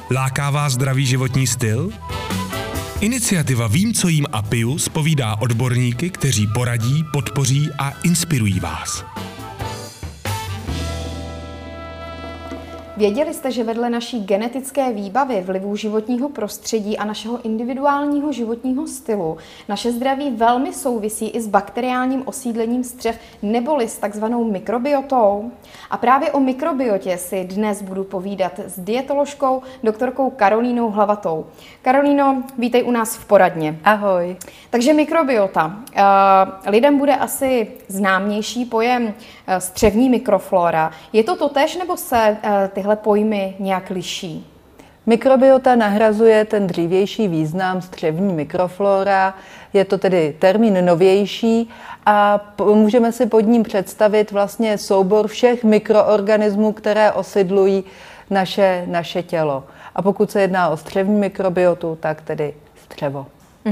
Láká vás zdravý životní styl? Iniciativa Vím, co jím a piju zpovídá odborníky, kteří poradí, podpoří a inspirují vás. Věděli jste, že vedle naší genetické výbavy, vlivů životního prostředí a našeho individuálního životního stylu naše zdraví velmi souvisí i s bakteriálním osídlením střev neboli s takzvanou mikrobiotou? A právě o mikrobiotě si dnes budu povídat s dietoložkou doktorkou Karolínou Hlavatou. Karolíno, vítej u nás v poradně. Ahoj. Takže mikrobiota. Lidem bude asi známější pojem střevní mikroflora. Je to totéž, nebo se tyhle pojmy nějak liší? Mikrobiota nahrazuje ten dřívější význam střevní mikroflora, je to tedy termín novější a můžeme si pod ním představit vlastně soubor všech mikroorganismů, které osidlují naše tělo. A pokud se jedná o střevní mikrobiotu, tak tedy střevo.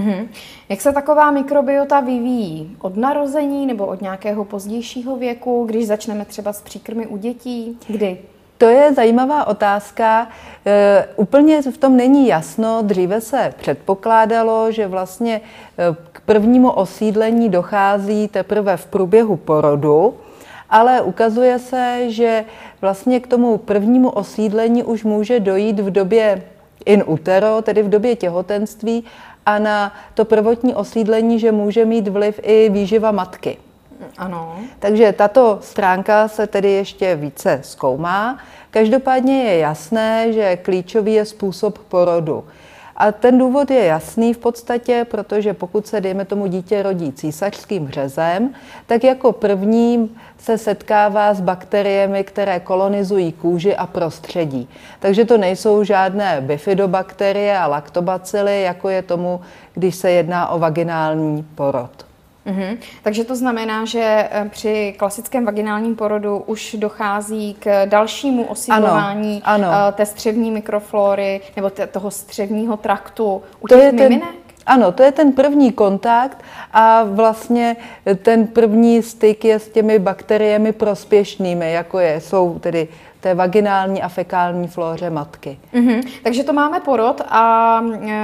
Jak se taková mikrobiota vyvíjí? Od narození nebo od nějakého pozdějšího věku, když začneme třeba s příkrmy u dětí? Kdy? To je zajímavá otázka. Úplně v tom není jasno. Dříve se předpokládalo, že vlastně k prvnímu osídlení dochází teprve v průběhu porodu, ale ukazuje se, že vlastně k tomu prvnímu osídlení už může dojít v době in utero, tedy v době těhotenství, a na to prvotní osídlení, že může mít vliv i výživa matky. Ano. Takže tato stránka se tedy ještě více zkoumá. Každopádně je jasné, že klíčový je způsob porodu. A ten důvod je jasný v podstatě, protože pokud se, dejme tomu, dítě rodí císařským řezem, tak jako první se setkává s bakteriemi, které kolonizují kůži a prostředí. Takže to nejsou žádné bifidobakterie a laktobacily, jako je tomu, když se jedná o vaginální porod. Takže to znamená, že při klasickém vaginálním porodu už dochází k dalšímu osídlování té střevní mikroflory nebo toho střevního traktu u těch miminek? Ano, to je ten první kontakt a vlastně ten první styk je s těmi bakteriemi prospěšnými, jako jsou tedy té vaginální a fekální flóře matky. Takže to máme porod a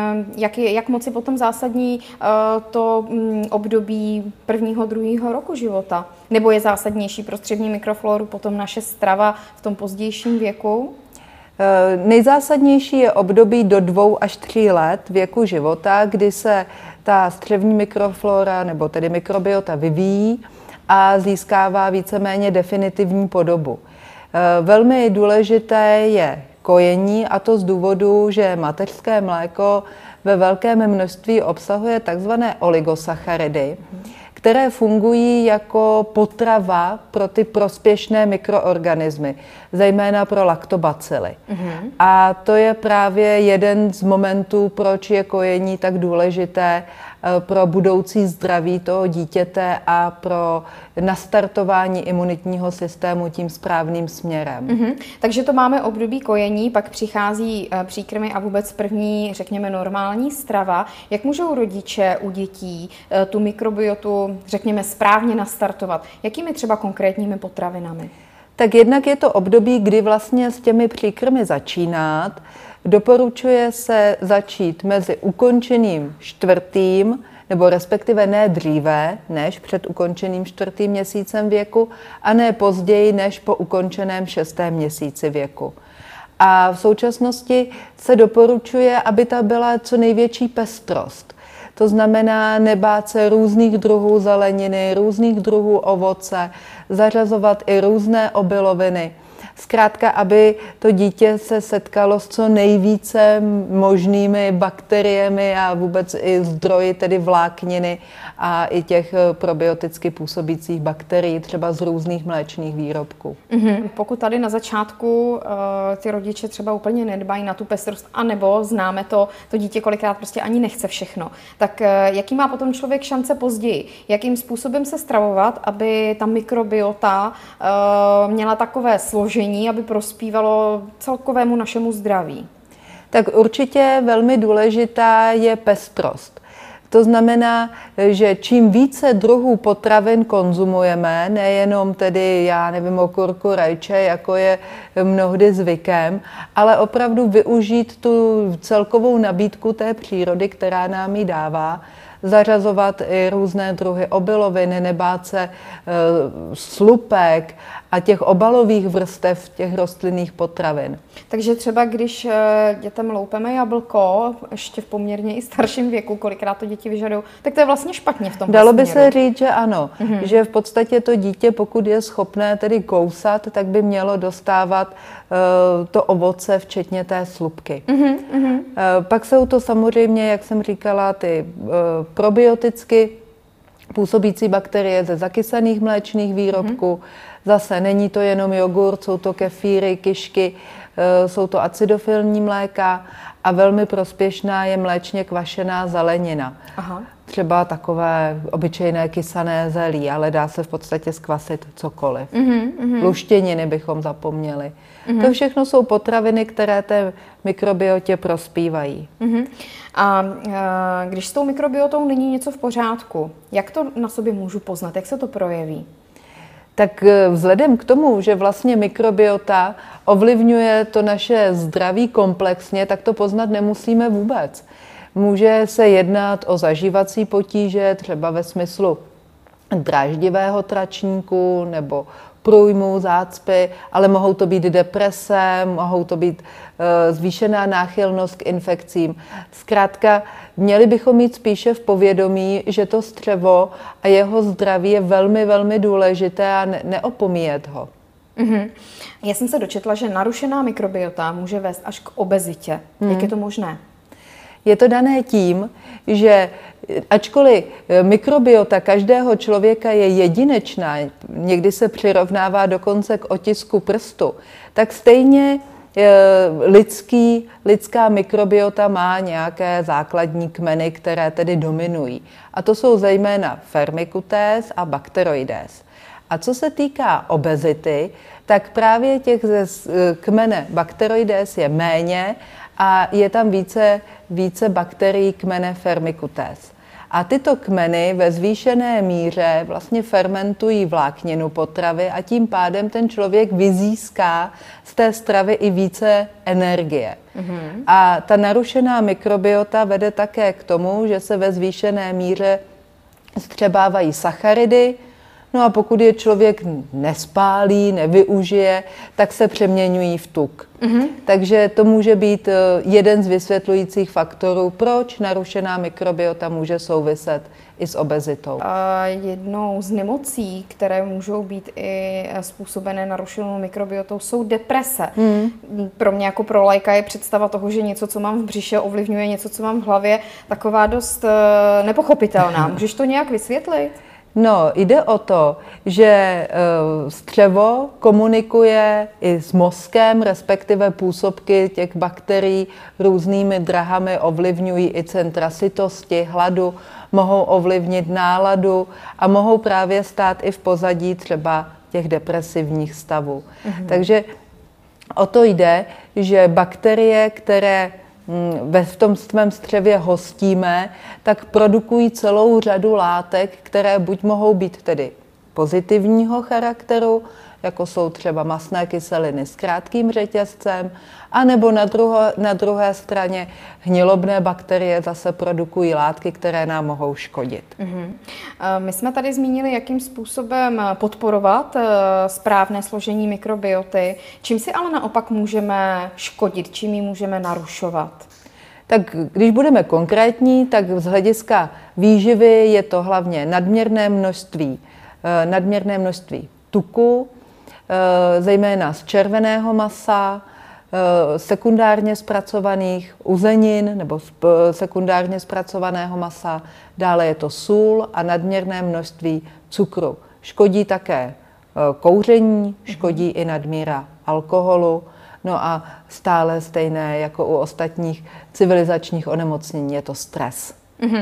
jak moc je potom zásadní to období prvního, druhého roku života? Nebo je zásadnější pro střevní mikrofloru potom naše strava v tom pozdějším věku? Nejzásadnější je období do 2 až 3 let věku života, kdy se ta střevní mikroflora nebo tedy mikrobiota vyvíjí a získává víceméně definitivní podobu. Velmi důležité je kojení, a to z důvodu, že mateřské mléko ve velkém množství obsahuje takzvané oligosacharidy, které fungují jako potrava pro ty prospěšné mikroorganismy, zejména pro laktobacily. A to je právě jeden z momentů, proč je kojení tak důležité pro budoucí zdraví toho dítěte a pro nastartování imunitního systému tím správným směrem. Takže to máme období kojení, pak přichází příkrmy a vůbec první, řekněme, normální strava. Jak můžou rodiče u dětí tu mikrobiotu, řekněme, správně nastartovat? Jakými třeba konkrétními potravinami? Tak jednak je to období, kdy vlastně s těmi příkrmy začínat. Doporučuje se začít mezi ukončeným 4. nebo respektive ne dříve, než před ukončeným 4. měsícem věku a ne později, než po ukončeném 6. měsíci věku. A v současnosti se doporučuje, aby ta byla co největší pestrost. To znamená nebát se různých druhů zeleniny, různých druhů ovoce, zařazovat i různé obiloviny. Zkrátka, aby to dítě se setkalo s co nejvíce možnými bakteriemi a vůbec i zdroji, tedy vlákniny a i těch probioticky působících bakterií, třeba z různých mléčných výrobků. Pokud tady na začátku ty rodiče třeba úplně nedbají na tu pestrost, anebo známe to dítě kolikrát prostě ani nechce všechno, tak jaký má potom člověk šance později? Jakým způsobem se stravovat, aby ta mikrobiota měla takové složení, aby prospívalo celkovému našemu zdraví? Tak určitě velmi důležitá je pestrost. To znamená, že čím více druhů potravin konzumujeme, nejenom tedy, já nevím, okurku, rajče, jako je mnohdy zvykem, ale opravdu využít tu celkovou nabídku té přírody, která nám ji dává, zařazovat i různé druhy obilovin, nebát se slupek a těch obalových vrstev těch rostlinných potravin. Takže třeba když dětem loupeme jablko, ještě v poměrně i starším věku, kolikrát to děti vyžadují, tak to je vlastně špatně v tom Dalo by se říct, že ano, že v podstatě to dítě, pokud je schopné tedy kousat, tak by mělo dostávat to ovoce, včetně té slupky. Pak jsou to samozřejmě, jak jsem říkala, ty probioticky působící bakterie ze zakysaných mléčných výrobků. Zase není to jenom jogurt, jsou to kefíry, kišky, jsou to acidofilní mléka a velmi prospěšná je mléčně kvašená zelenina. Aha. Třeba takové obyčejné kysané zelí, ale dá se v podstatě zkvasit cokoliv. Luštěniny bychom zapomněli. To všechno jsou potraviny, které té mikrobiotě prospívají. A když s tou mikrobiotou není něco v pořádku, jak to na sobě můžu poznat, jak se to projeví? Tak vzhledem k tomu, že vlastně mikrobiota ovlivňuje to naše zdraví komplexně, tak to poznat nemusíme vůbec. Může se jednat o zažívací potíže, třeba ve smyslu dráždivého tračníku nebo průjmu, zácpy, ale mohou to být deprese, mohou to být zvýšená náchylnost k infekcím. Zkrátka, měli bychom mít spíše v povědomí, že to střevo a jeho zdraví je velmi, velmi důležité a neopomíjet ho. Já jsem se dočetla, že narušená mikrobiota může vést až k obezitě. Jak je to možné? Je to dané tím, že ačkoliv mikrobiota každého člověka je jedinečná, někdy se přirovnává dokonce k otisku prstu, tak stejně lidská mikrobiota má nějaké základní kmeny, které tedy dominují. A to jsou zejména Firmicutes a Bacteroides. A co se týká obezity, tak právě těch ze kmene Bacteroides je méně a je tam více bakterií kmene Firmicutes. A tyto kmeny ve zvýšené míře vlastně fermentují vlákninu potravy a tím pádem ten člověk vyzíská z té stravy i více energie. A ta narušená mikrobiota vede také k tomu, že se ve zvýšené míře střebávají sacharidy, no a pokud je člověk nespálí, nevyužije, tak se přeměňují v tuk. Takže to může být jeden z vysvětlujících faktorů, proč narušená mikrobiota může souviset i s obezitou. Jednou z nemocí, které můžou být i způsobené narušenou mikrobiotou, jsou deprese. Pro mě jako pro laika je představa toho, že něco, co mám v břiše, ovlivňuje něco, co mám v hlavě, taková dost nepochopitelná. Můžeš to nějak vysvětlit? No, jde o to, že střevo komunikuje i s mozkem, respektive působky těch bakterií různými drahami ovlivňují i centra sytosti, hladu, mohou ovlivnit náladu a mohou právě stát i v pozadí třeba těch depresivních stavů. Takže o to jde, že bakterie, které v tom svém střevě hostíme, tak produkují celou řadu látek, které buď mohou být tedy pozitivního charakteru, jako jsou třeba mastné kyseliny s krátkým řetězcem, anebo na druhé straně hnilobné bakterie zase produkují látky, které nám mohou škodit. My jsme tady zmínili, jakým způsobem podporovat správné složení mikrobioty. Čím si ale naopak můžeme škodit, čím ji můžeme narušovat? Tak když budeme konkrétní, tak z hlediska výživy je to hlavně nadměrné množství tuku, zejména z červeného masa, sekundárně zpracovaných uzenin nebo sekundárně zpracovaného masa, dále je to sůl a nadměrné množství cukru. Škodí také kouření, škodí i nadmíra alkoholu, no a stále stejné jako u ostatních civilizačních onemocnění je to stres.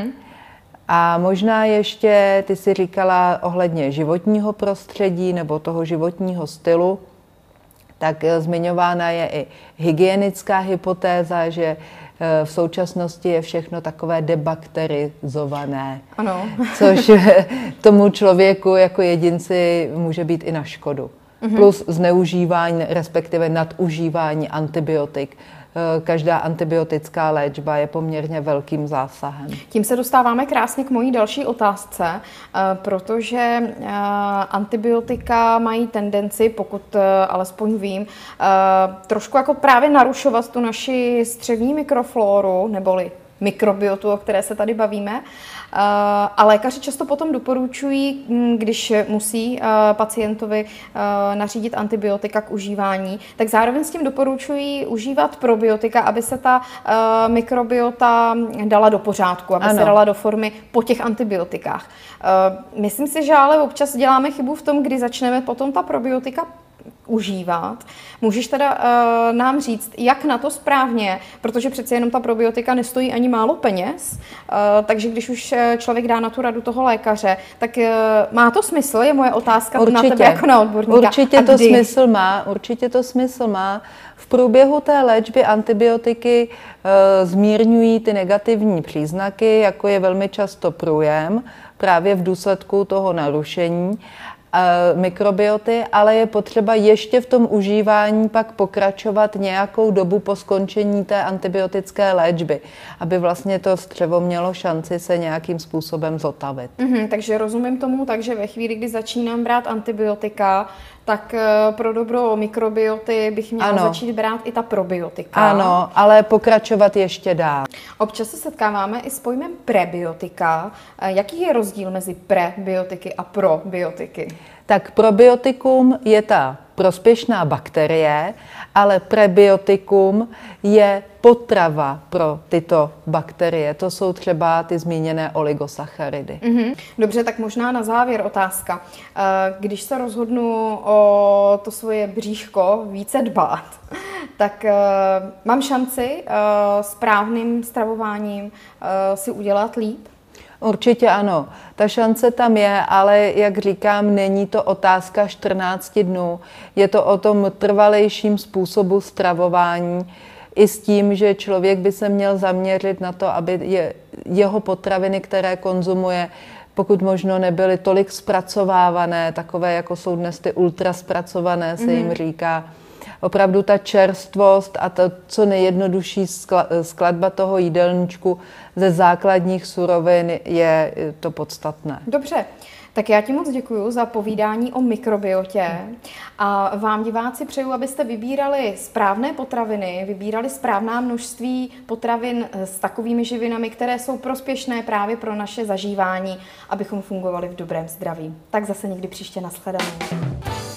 A možná ještě, ty jsi říkala ohledně životního prostředí nebo toho životního stylu, tak zmiňována je i hygienická hypotéza, že v současnosti je všechno takové debakterizované. Ano. Což tomu člověku jako jedinci může být i na škodu. Plus zneužívání, respektive nadužívání antibiotik. Každá antibiotická léčba je poměrně velkým zásahem. Tím se dostáváme krásně k mojí další otázce, protože antibiotika mají tendenci, pokud alespoň vím, trošku jako právě narušovat tu naši střevní mikroflóru, neboli mikrobiotu, o které se tady bavíme. A lékaři často potom doporučují, když musí pacientovi nařídit antibiotika k užívání, tak zároveň s tím doporučují užívat probiotika, aby se ta mikrobiota dala do pořádku, aby se dala do formy po těch antibiotikách. Myslím si, že ale občas děláme chybu v tom, kdy začneme potom ta probiotika užívat. Můžeš teda nám říct, jak na to správně, protože přece jenom ta probiotika nestojí ani málo peněz, takže když už člověk dá na tu radu toho lékaře, tak má to smysl, je moje otázka na tebe jako na odborníka. Určitě to smysl má. V průběhu té léčby antibiotiky zmírňují ty negativní příznaky, jako je velmi často průjem, právě v důsledku toho narušení mikrobioty, ale je potřeba ještě v tom užívání pak pokračovat nějakou dobu po skončení té antibiotické léčby, aby vlastně to střevo mělo šanci se nějakým způsobem zotavit. Takže rozumím tomu, takže ve chvíli, kdy začínám brát antibiotika, tak pro dobro mikrobioty bych měla začít brát i ta probiotika. Ano, ale pokračovat ještě dál. Občas se setkáváme i s pojmem prebiotika. Jaký je rozdíl mezi prebiotiky a probiotiky? Tak probiotikum je ta prospěšná bakterie, ale prebiotikum je potrava pro tyto bakterie. To jsou třeba ty zmíněné oligosacharidy. Dobře, tak možná na závěr otázka. Když se rozhodnu o to svoje bříško více dbát, tak mám šanci správným stravováním si udělat líp? Určitě ano. Ta šance tam je, ale jak říkám, není to otázka 14 dnů. Je to o tom trvalejším způsobu stravování i s tím, že člověk by se měl zaměřit na to, aby jeho potraviny, které konzumuje, pokud možno nebyly tolik zpracovávané, takové jako jsou dnes ty ultraspracované, se jim říká. Opravdu ta čerstvost a to co nejjednodušší skladba toho jídelníčku ze základních surovin je to podstatné. Dobře, tak já ti moc děkuji za povídání o mikrobiotě a vám diváci přeju, abyste vybírali správné potraviny, vybírali správná množství potravin s takovými živinami, které jsou prospěšné právě pro naše zažívání, abychom fungovali v dobrém zdraví. Tak zase někdy příště, nashledanou.